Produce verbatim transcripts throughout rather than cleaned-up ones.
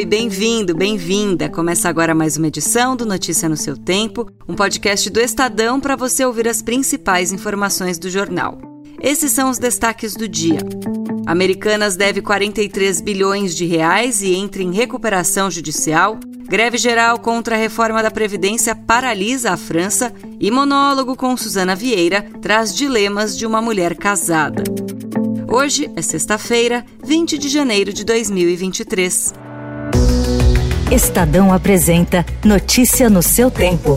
Oi, bem-vindo, bem-vinda. Começa agora mais uma edição do Notícia no Seu Tempo, um podcast do Estadão para você ouvir as principais informações do jornal. Esses são os destaques do dia. Americanas deve quarenta e três bilhões de reais e entra em recuperação judicial. Greve geral contra a reforma da Previdência paralisa a França e monólogo com Suzana Vieira traz dilemas de uma mulher casada. Hoje é sexta-feira, vinte de janeiro de dois mil e vinte e três. Estadão apresenta Notícia no seu tempo.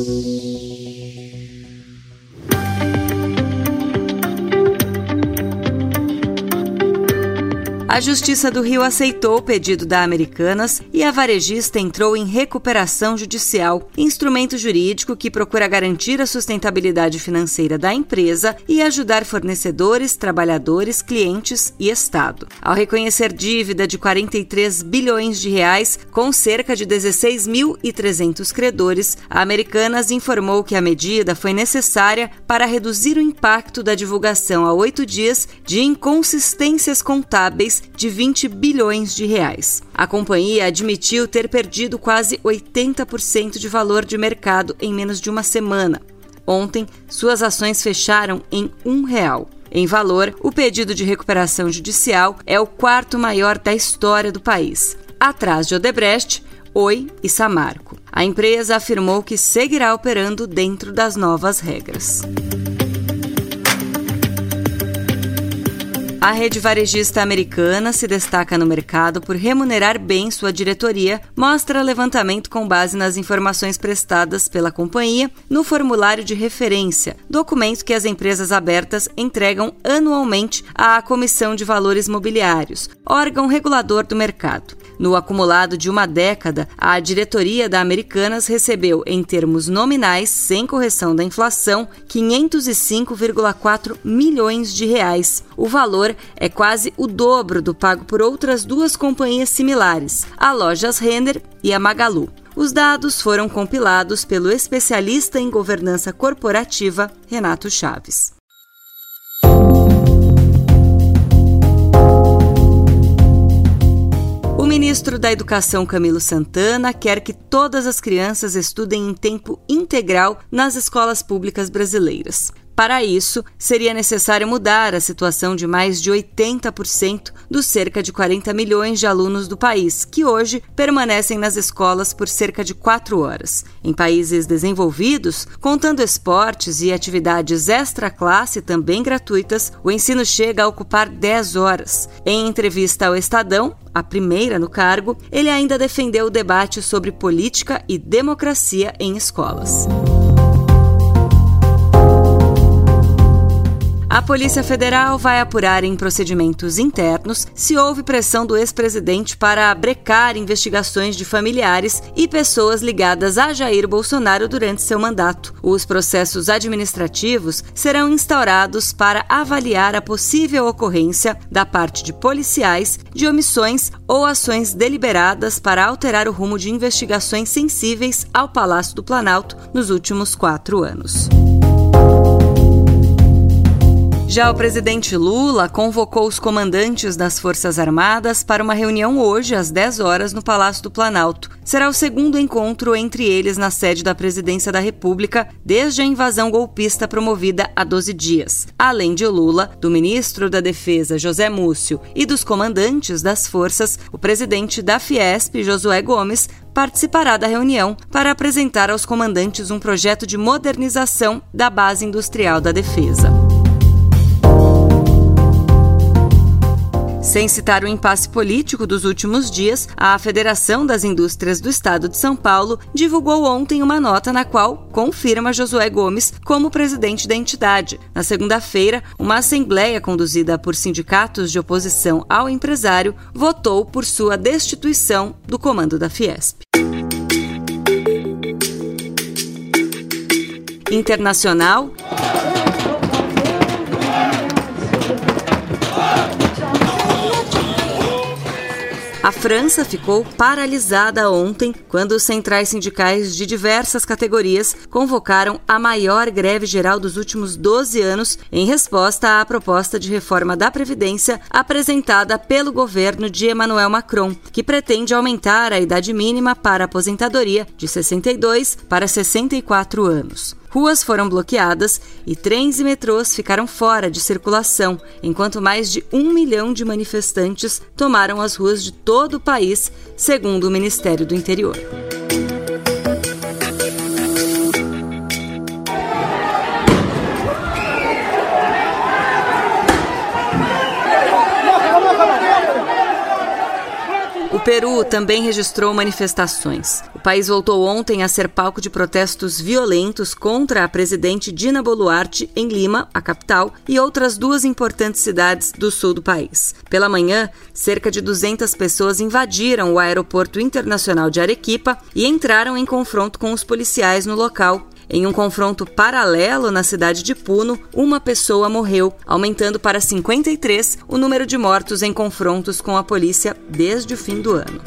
A Justiça do Rio aceitou o pedido da Americanas e a varejista entrou em recuperação judicial, instrumento jurídico que procura garantir a sustentabilidade financeira da empresa e ajudar fornecedores, trabalhadores, clientes e Estado. Ao reconhecer dívida de quarenta e três bilhões de reais com cerca de dezesseis mil e trezentos credores, a Americanas informou que a medida foi necessária para reduzir o impacto da divulgação há oito dias de inconsistências contábeis de vinte bilhões de reais. A companhia admitiu ter perdido quase oitenta por cento de valor de mercado em menos de uma semana. Ontem, suas ações fecharam em um real. Em valor, o pedido de recuperação judicial é o quarto maior da história do país, atrás de Odebrecht, Oi e Samarco. A empresa afirmou que seguirá operando dentro das novas regras. A rede varejista americana se destaca no mercado por remunerar bem sua diretoria, mostra levantamento com base nas informações prestadas pela companhia no formulário de referência, documento que as empresas abertas entregam anualmente à Comissão de Valores Mobiliários, órgão regulador do mercado. No acumulado de uma década, a diretoria da Americanas recebeu, em termos nominais, sem correção da inflação, quinhentos e cinco vírgula quatro milhões de reais. O valor é quase o dobro do pago por outras duas companhias similares, a Lojas Renner e a Magalu. Os dados foram compilados pelo especialista em governança corporativa, Renato Chaves. O ministro da Educação, Camilo Santana, quer que todas as crianças estudem em tempo integral nas escolas públicas brasileiras. Para isso, seria necessário mudar a situação de mais de oitenta por cento dos cerca de quarenta milhões de alunos do país, que hoje permanecem nas escolas por cerca de quatro horas. Em países desenvolvidos, contando esportes e atividades extra-classe também gratuitas, o ensino chega a ocupar dez horas. Em entrevista ao Estadão, a primeira no cargo, ele ainda defendeu o debate sobre política e democracia em escolas. A Polícia Federal vai apurar em procedimentos internos se houve pressão do ex-presidente para brecar investigações de familiares e pessoas ligadas a Jair Bolsonaro durante seu mandato. Os processos administrativos serão instaurados para avaliar a possível ocorrência, da parte de policiais, de omissões ou ações deliberadas para alterar o rumo de investigações sensíveis ao Palácio do Planalto nos últimos quatro anos. Já o presidente Lula convocou os comandantes das Forças Armadas para uma reunião hoje às dez horas no Palácio do Planalto. Será o segundo encontro entre eles na sede da Presidência da República desde a invasão golpista promovida há doze dias. Além de Lula, do ministro da Defesa, José Múcio, e dos comandantes das forças, o presidente da Fiesp, Josué Gomes, participará da reunião para apresentar aos comandantes um projeto de modernização da base industrial da defesa. Sem citar o impasse político dos últimos dias, a Federação das Indústrias do Estado de São Paulo divulgou ontem uma nota na qual confirma Josué Gomes como presidente da entidade. Na segunda-feira, uma assembleia conduzida por sindicatos de oposição ao empresário votou por sua destituição do comando da Fiesp. Internacional. A França ficou paralisada ontem, quando os centrais sindicais de diversas categorias convocaram a maior greve geral dos últimos doze anos em resposta à proposta de reforma da Previdência apresentada pelo governo de Emmanuel Macron, que pretende aumentar a idade mínima para a aposentadoria de sessenta e dois para sessenta e quatro anos. Ruas foram bloqueadas e trens e metrôs ficaram fora de circulação, enquanto mais de um milhão de manifestantes tomaram as ruas de todo o país, segundo o Ministério do Interior. O Peru também registrou manifestações. O país voltou ontem a ser palco de protestos violentos contra a presidente Dina Boluarte em Lima, a capital, e outras duas importantes cidades do sul do país. Pela manhã, cerca de duzentas pessoas invadiram o aeroporto internacional de Arequipa e entraram em confronto com os policiais no local. Em um confronto paralelo na cidade de Puno, uma pessoa morreu, aumentando para cinquenta e três o número de mortos em confrontos com a polícia desde o fim do ano.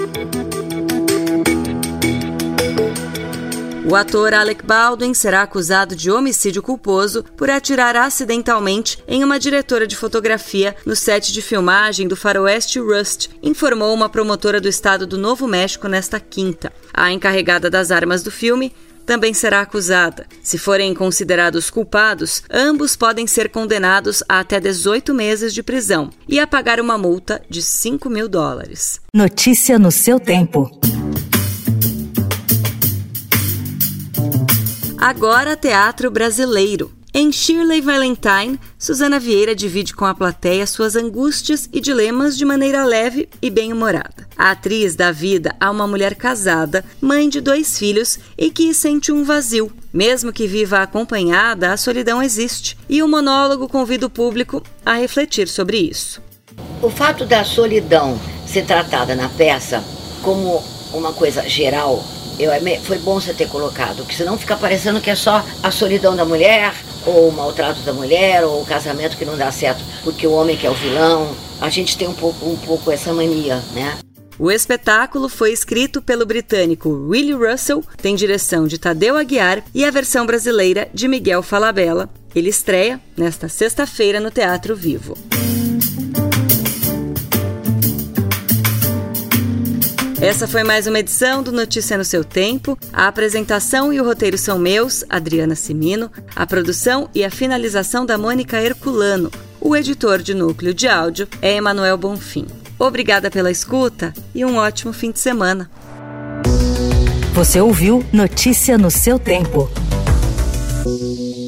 O ator Alec Baldwin será acusado de homicídio culposo por atirar acidentalmente em uma diretora de fotografia no set de filmagem do faroeste Rust, informou uma promotora do estado do Novo México nesta quinta. A encarregada das armas do filme também será acusada. Se forem considerados culpados, ambos podem ser condenados a até dezoito meses de prisão e a pagar uma multa de cinco mil dólares. Notícia no seu tempo. Agora, teatro brasileiro. Em Shirley Valentine, Susana Vieira divide com a plateia suas angústias e dilemas de maneira leve e bem-humorada. A atriz dá vida a uma mulher casada, mãe de dois filhos e que sente um vazio. Mesmo que viva acompanhada, a solidão existe, e o monólogo convida o público a refletir sobre isso. O fato da solidão ser tratada na peça como uma coisa geral, eu, foi bom você ter colocado, porque senão fica parecendo que é só a solidão da mulher, ou o maltrato da mulher, ou o casamento que não dá certo porque o homem que é o vilão. A gente tem um pouco, um pouco essa mania, né? O espetáculo foi escrito pelo britânico Willie Russell, tem direção de Tadeu Aguiar e a versão brasileira de Miguel Falabella. Ele estreia nesta sexta-feira no Teatro Vivo. Essa foi mais uma edição do Notícia no seu Tempo. A apresentação e o roteiro são meus, Adriana Cimino, a produção e a finalização da Mônica Herculano. O editor de núcleo de áudio é Emanuel Bonfim. Obrigada pela escuta e um ótimo fim de semana. Você ouviu Notícia no seu Tempo.